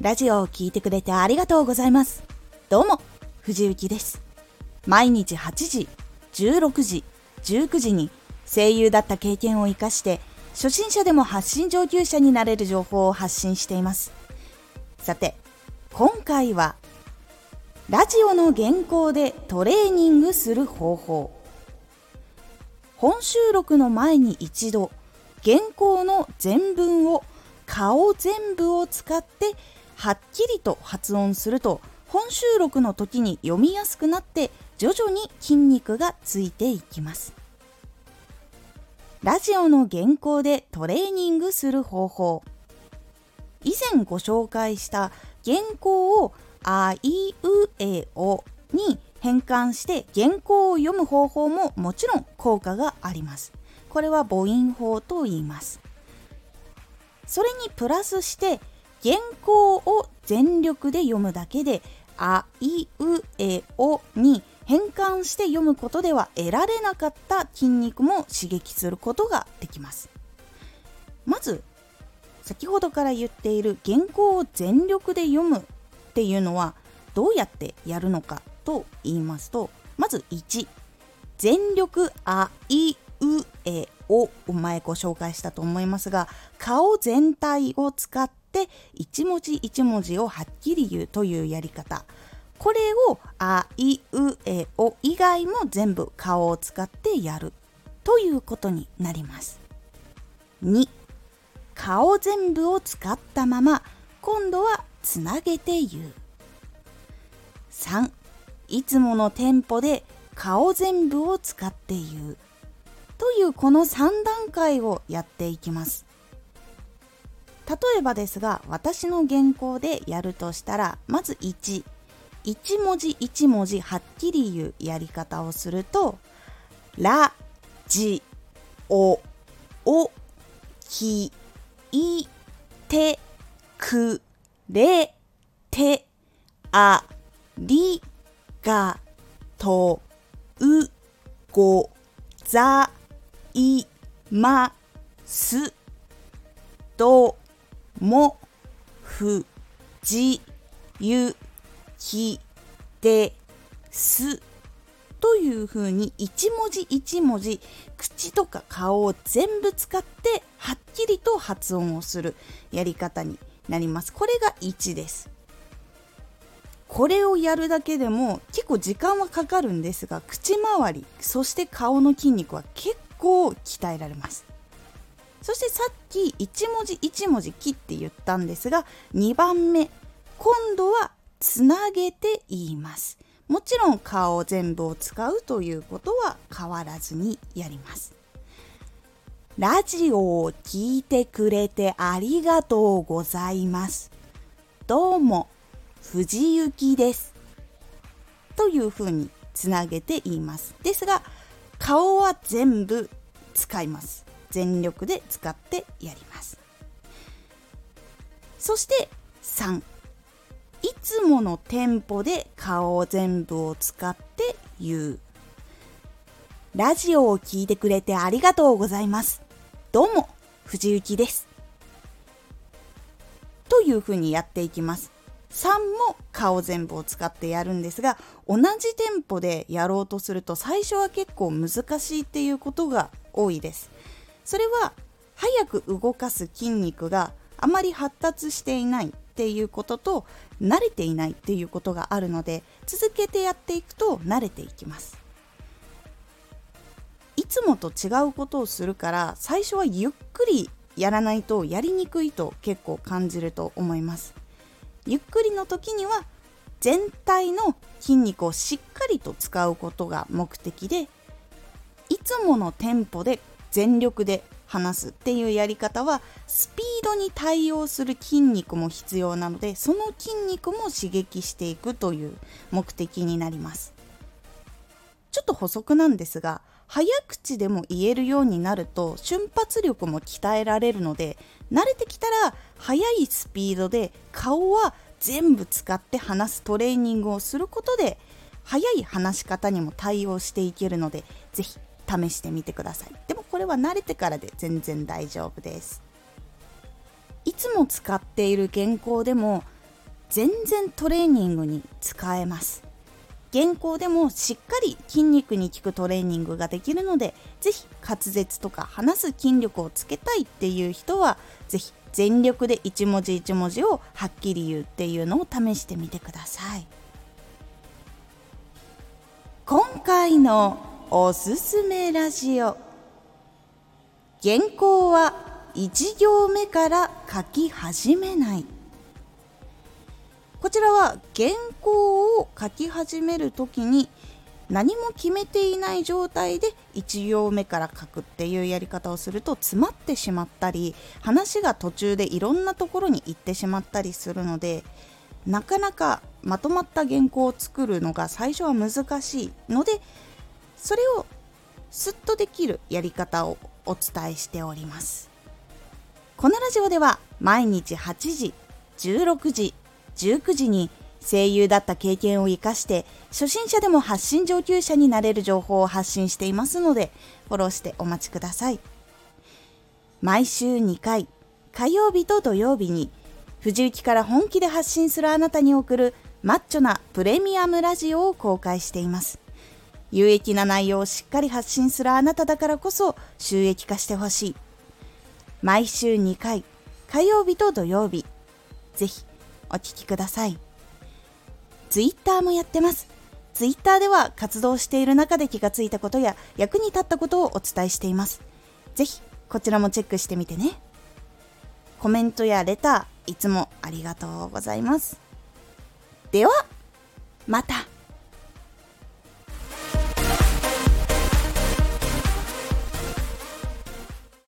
ラジオを聞いてくれてありがとうございます。どうも、藤幸です。毎日8時、16時、19時に声優だった経験を生かして初心者でも発信上級者になれる情報を発信しています。さて、今回はラジオの原稿でトレーニングする方法。本収録の前に一度原稿の全文を顔全部を使ってはっきりと発音すると、本収録の時に読みやすくなって徐々に筋肉がついていきます。ラジオの原稿でトレーニングする方法。以前ご紹介した原稿をあいうえおに変換して原稿を読む方法ももちろん効果があります。これは母音法と言います。それにプラスして原稿を全力で読むだけであいうえおに変換して読むことでは得られなかった筋肉も刺激することができます。まず先ほどから言っている原稿を全力で読むっていうのはどうやってやるのかと言いますと、まず1、全力あいうえおを前ご紹介したと思いますが、顔全体を使って一文字一文字をはっきり言うというやり方。これをあいうえお以外も全部顔を使ってやるということになります。2、顔全部を使ったまま今度はつなげて言う。3、いつものテンポで顔全部を使って言うというこの3段階をやっていきます。例えばですが、私の原稿でやるとしたら、まず1、一文字一文字はっきり言うやり方をすると、ラジオを聞いてくれてありがとうございますどうもふじゆきですというふうに一文字一文字口とか顔を全部使ってはっきりと発音をするやり方になります。これが1です。これをやるだけでも結構時間はかかるんですが、口周りそして顔の筋肉は結構鍛えられます。そしてさっき一文字一文字切って言ったんですが、2番目今度はつなげて言います。もちろん顔全部を使うということは変わらずにやります。ラジオを聞いてくれてありがとうございます。どうも藤幸ですというふうにつなげて言います。ですが顔は全部使います。全力で使ってやります。そして3、いつものテンポで顔全部を使って言う。ラジオを聞いてくれてありがとうございます。どうも藤幸ですというふうにやっていきます。3も顔全部を使ってやるんですが、同じテンポでやろうとすると最初は結構難しいっていうことが多いです。それは早く動かす筋肉があまり発達していないっていうことと慣れていないっていうことがあるので、続けてやっていくと慣れていきます。いつもと違うことをするから最初はゆっくりやらないとやりにくいと結構感じると思います。ゆっくりの時には全体の筋肉をしっかりと使うことが目的で、いつものテンポで全力で話すっていうやり方はスピードに対応する筋肉も必要なので、その筋肉も刺激していくという目的になります。ちょっと補足なんですが、早口でも言えるようになると瞬発力も鍛えられるので、慣れてきたら速いスピードで顔は全部使って話すトレーニングをすることで速い話し方にも対応していけるので、ぜひ試してみてください。でもこれは慣れてからで全然大丈夫です。いつも使っている原稿でも全然トレーニングに使えます。現行でもしっかり筋肉に効くトレーニングができるので、ぜひ滑舌とか話す筋力をつけたいっていう人は、ぜひ全力で一文字一文字をはっきり言うっていうのを試してみてください。今回のおすすめラジオ。原稿は1行目から書き始めない。こちらは原稿を書き始めるときに何も決めていない状態で1行目から書くっていうやり方をすると詰まってしまったり、話が途中でいろんなところに行ってしまったりするので、なかなかまとまった原稿を作るのが最初は難しいので、それをスッとできるやり方をお伝えしております。このラジオでは毎日8時、16時、19時に声優だった経験を生かして初心者でも発信上級者になれる情報を発信していますので、フォローしてお待ちください。毎週2回、火曜日と土曜日に藤雪から本気で発信するあなたに送るマッチョなプレミアムラジオを公開しています。有益な内容をしっかり発信するあなただからこそ収益化してほしい。毎週2回、火曜日と土曜日、ぜひお聞きください。ツイッターもやってます。ツイッターでは活動している中で気がついたことや役に立ったことをお伝えしています。ぜひこちらもチェックしてみてね。コメントやレター、いつもありがとうございます。ではまた。